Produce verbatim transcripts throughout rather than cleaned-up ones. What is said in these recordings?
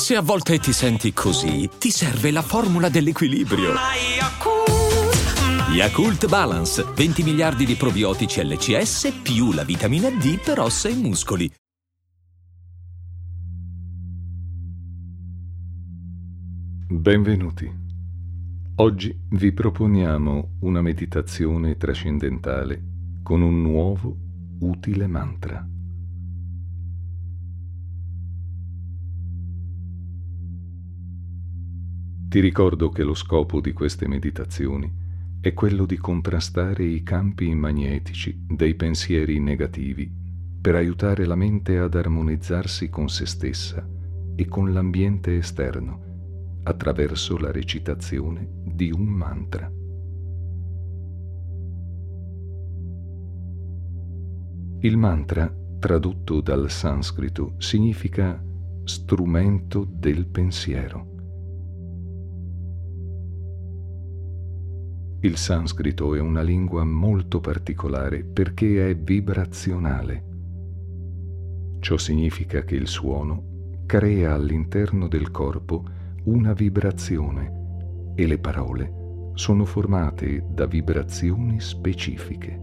Se a volte ti senti così, ti serve la formula dell'equilibrio. Yakult Balance, venti miliardi di probiotici L C S più la vitamina D per ossa e muscoli. Benvenuti. Oggi vi proponiamo una meditazione trascendentale con un nuovo, utile mantra. Ti ricordo che lo scopo di queste meditazioni è quello di contrastare i campi magnetici dei pensieri negativi per aiutare la mente ad armonizzarsi con se stessa e con l'ambiente esterno attraverso la recitazione di un mantra. Il mantra, tradotto dal sanscrito, significa strumento del pensiero. Il sanscrito è una lingua molto particolare perché è vibrazionale. Ciò significa che il suono crea all'interno del corpo una vibrazione e le parole sono formate da vibrazioni specifiche.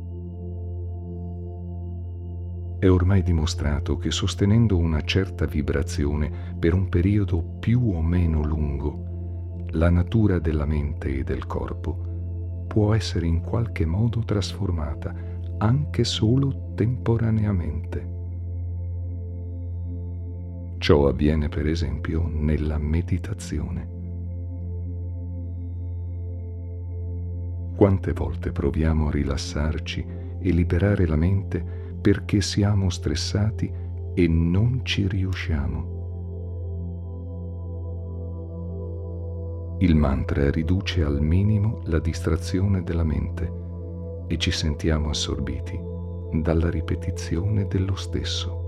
È ormai dimostrato che sostenendo una certa vibrazione per un periodo più o meno lungo, la natura della mente e del corpo può essere in qualche modo trasformata, anche solo temporaneamente. Ciò avviene per esempio nella meditazione. Quante volte proviamo a rilassarci e liberare la mente perché siamo stressati e non ci riusciamo. Il mantra riduce al minimo la distrazione della mente e ci sentiamo assorbiti dalla ripetizione dello stesso.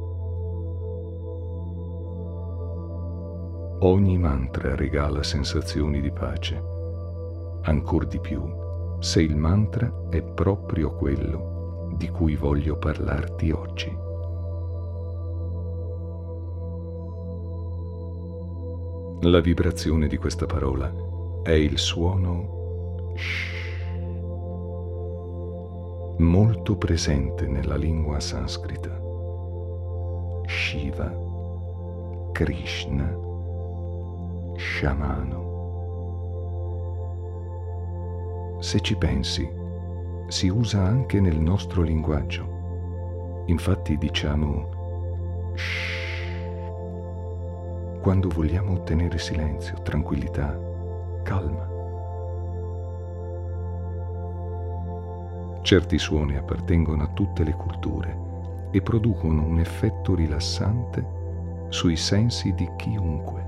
Ogni mantra regala sensazioni di pace, ancor di più se il mantra è proprio quello di cui voglio parlarti oggi. La vibrazione di questa parola è il suono sh, molto presente nella lingua sanscrita. Shiva, Krishna, sciamano. Se ci pensi, si usa anche nel nostro linguaggio. Infatti diciamo shh quando vogliamo ottenere silenzio, tranquillità, calma. Certi suoni appartengono a tutte le culture e producono un effetto rilassante sui sensi di chiunque.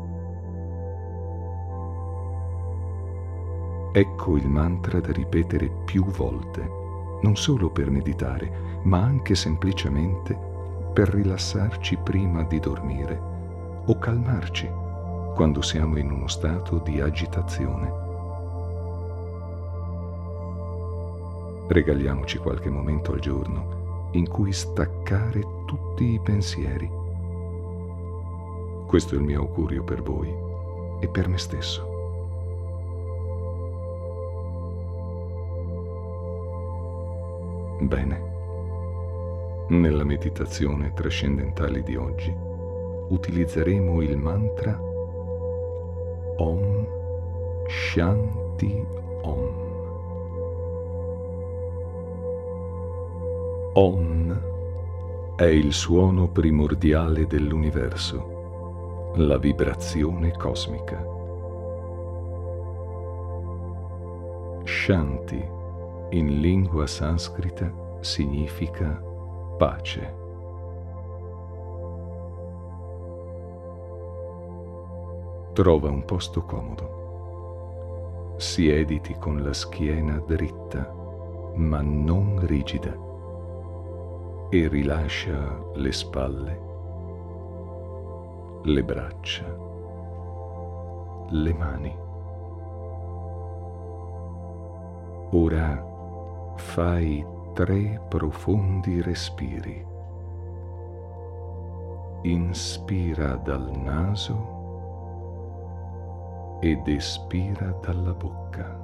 Ecco il mantra da ripetere più volte, non solo per meditare, ma anche semplicemente per rilassarci prima di dormire o calmarci quando siamo in uno stato di agitazione. Regaliamoci qualche momento al giorno in cui staccare tutti i pensieri. Questo è il mio augurio per voi e per me stesso. Bene, nella meditazione trascendentale di oggi utilizzeremo il mantra Om Shanti Om. Om è il suono primordiale dell'universo, la vibrazione cosmica. Shanti in lingua sanscrita significa pace. Trova un posto comodo. Siediti con la schiena dritta, ma non rigida, e rilascia le spalle, le braccia, le mani. Ora fai tre profondi respiri. Inspira dal naso ed espira dalla bocca.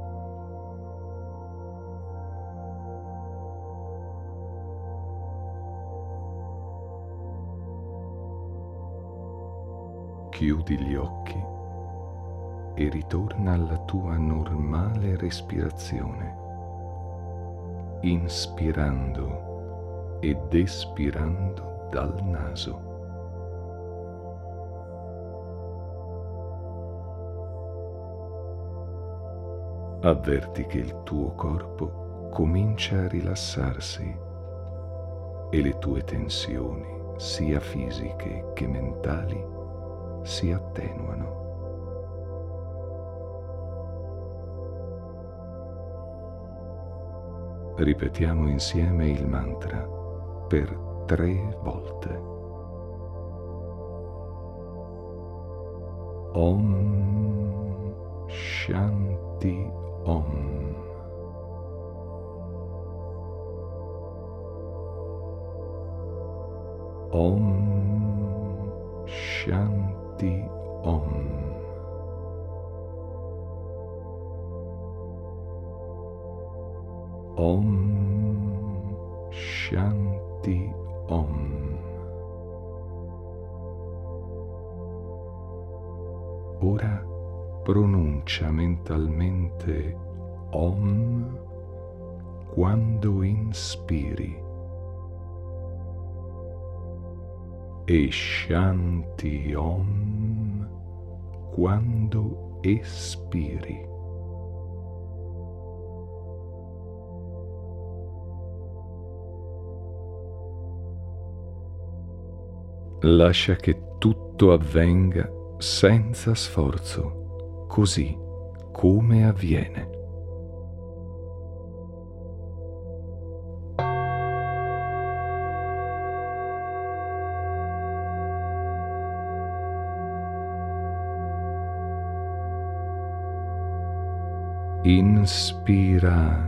Chiudi gli occhi e ritorna alla tua normale respirazione, inspirando ed espirando dal naso. Avverti che il tuo corpo comincia a rilassarsi e le tue tensioni, sia fisiche che mentali, si attenuano. Ripetiamo insieme il mantra per tre volte. Om Shanti Om. Om Shanti Om. Om Shanti Om. Ora pronuncia mentalmente Om quando inspiri e Shanti Om quando espiri. Lascia che tutto avvenga senza sforzo, così come avviene. Inspira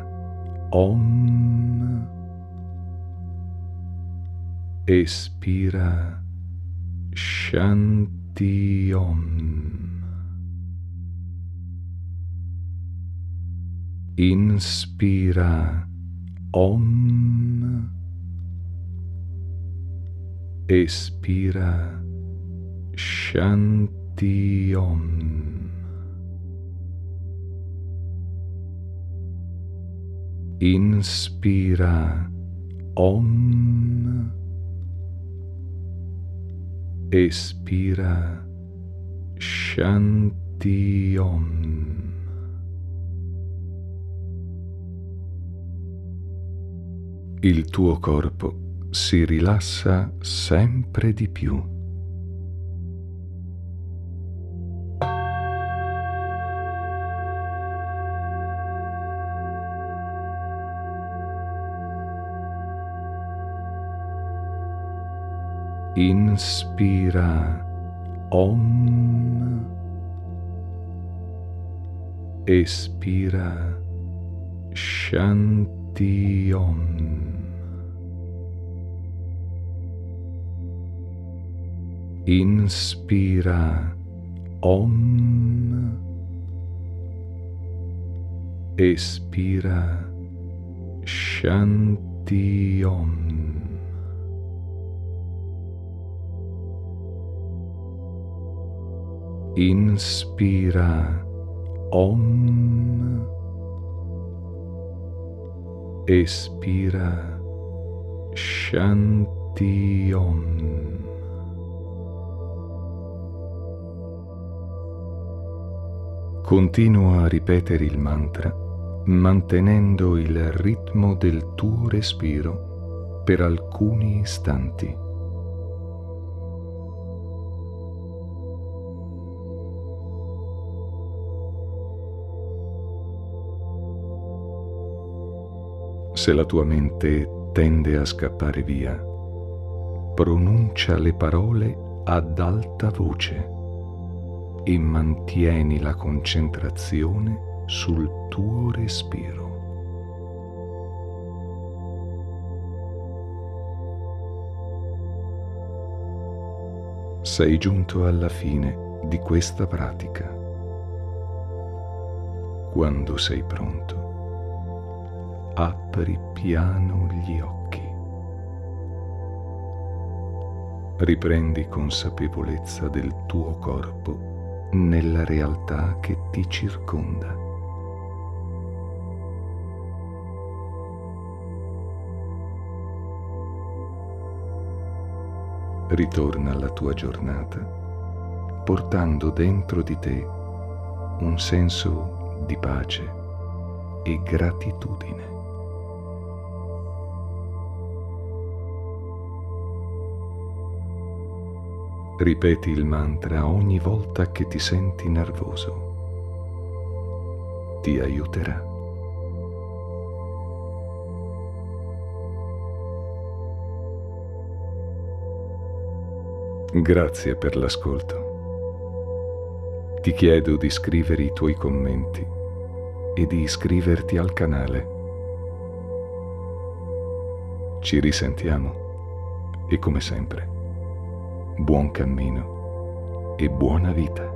Om, espira Shanti Om. Inspira Om, espira Shanti Om. Inspira Om, espira Shanti Om. Il tuo corpo si rilassa sempre di più. Inspira Om, espira Shanti Om. Inspira Om, espira Shanti Om. Inspira Om, espira Shanti Om. Continua a ripetere il mantra mantenendo il ritmo del tuo respiro per alcuni istanti. Se la tua mente tende a scappare via, pronuncia le parole ad alta voce e mantieni la concentrazione sul tuo respiro. Sei giunto alla fine di questa pratica. Quando sei pronto, apri piano gli occhi. Riprendi consapevolezza del tuo corpo nella realtà che ti circonda. Ritorna alla tua giornata portando dentro di te un senso di pace e gratitudine. Ripeti il mantra ogni volta che ti senti nervoso. Ti aiuterà. Grazie per l'ascolto. Ti chiedo di scrivere i tuoi commenti e di iscriverti al canale. Ci risentiamo e come sempre, buon cammino e buona vita.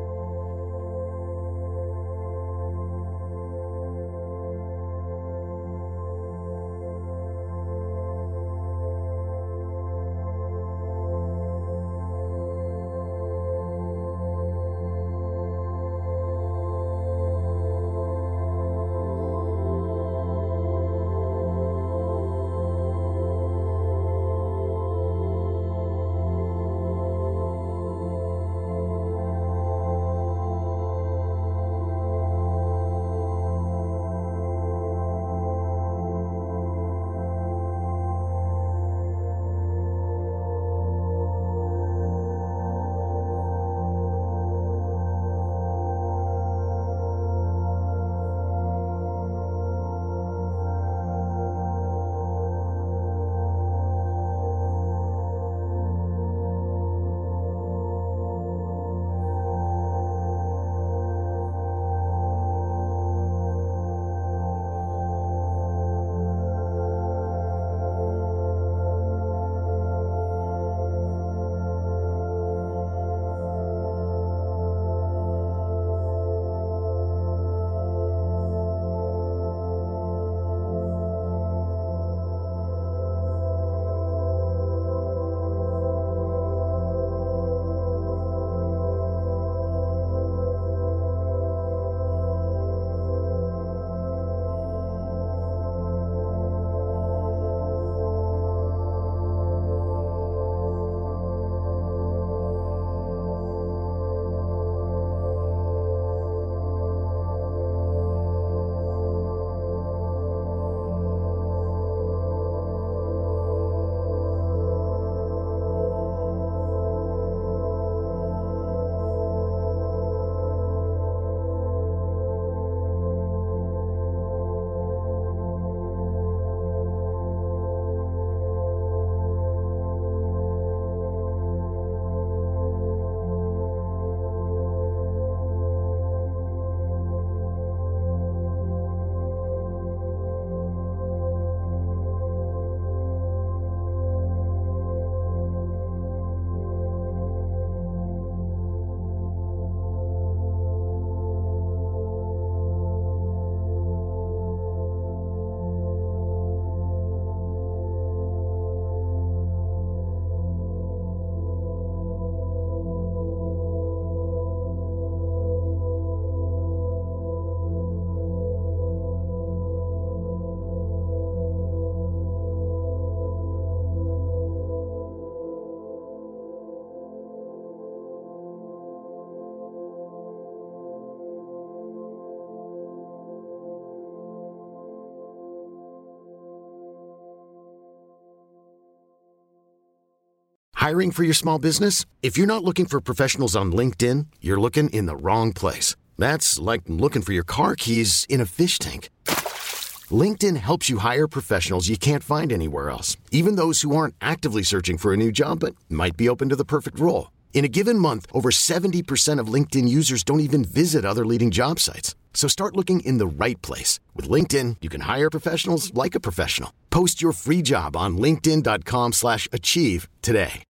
Hiring for your small business? If you're not looking for professionals on LinkedIn, you're looking in the wrong place. That's like looking for your car keys in a fish tank. LinkedIn helps you hire professionals you can't find anywhere else, even those who aren't actively searching for a new job but might be open to the perfect role. In a given month, over seventy percent of LinkedIn users don't even visit other leading job sites. So start looking in the right place. With LinkedIn, you can hire professionals like a professional. Post your free job on linkedin dot com slash achieve today.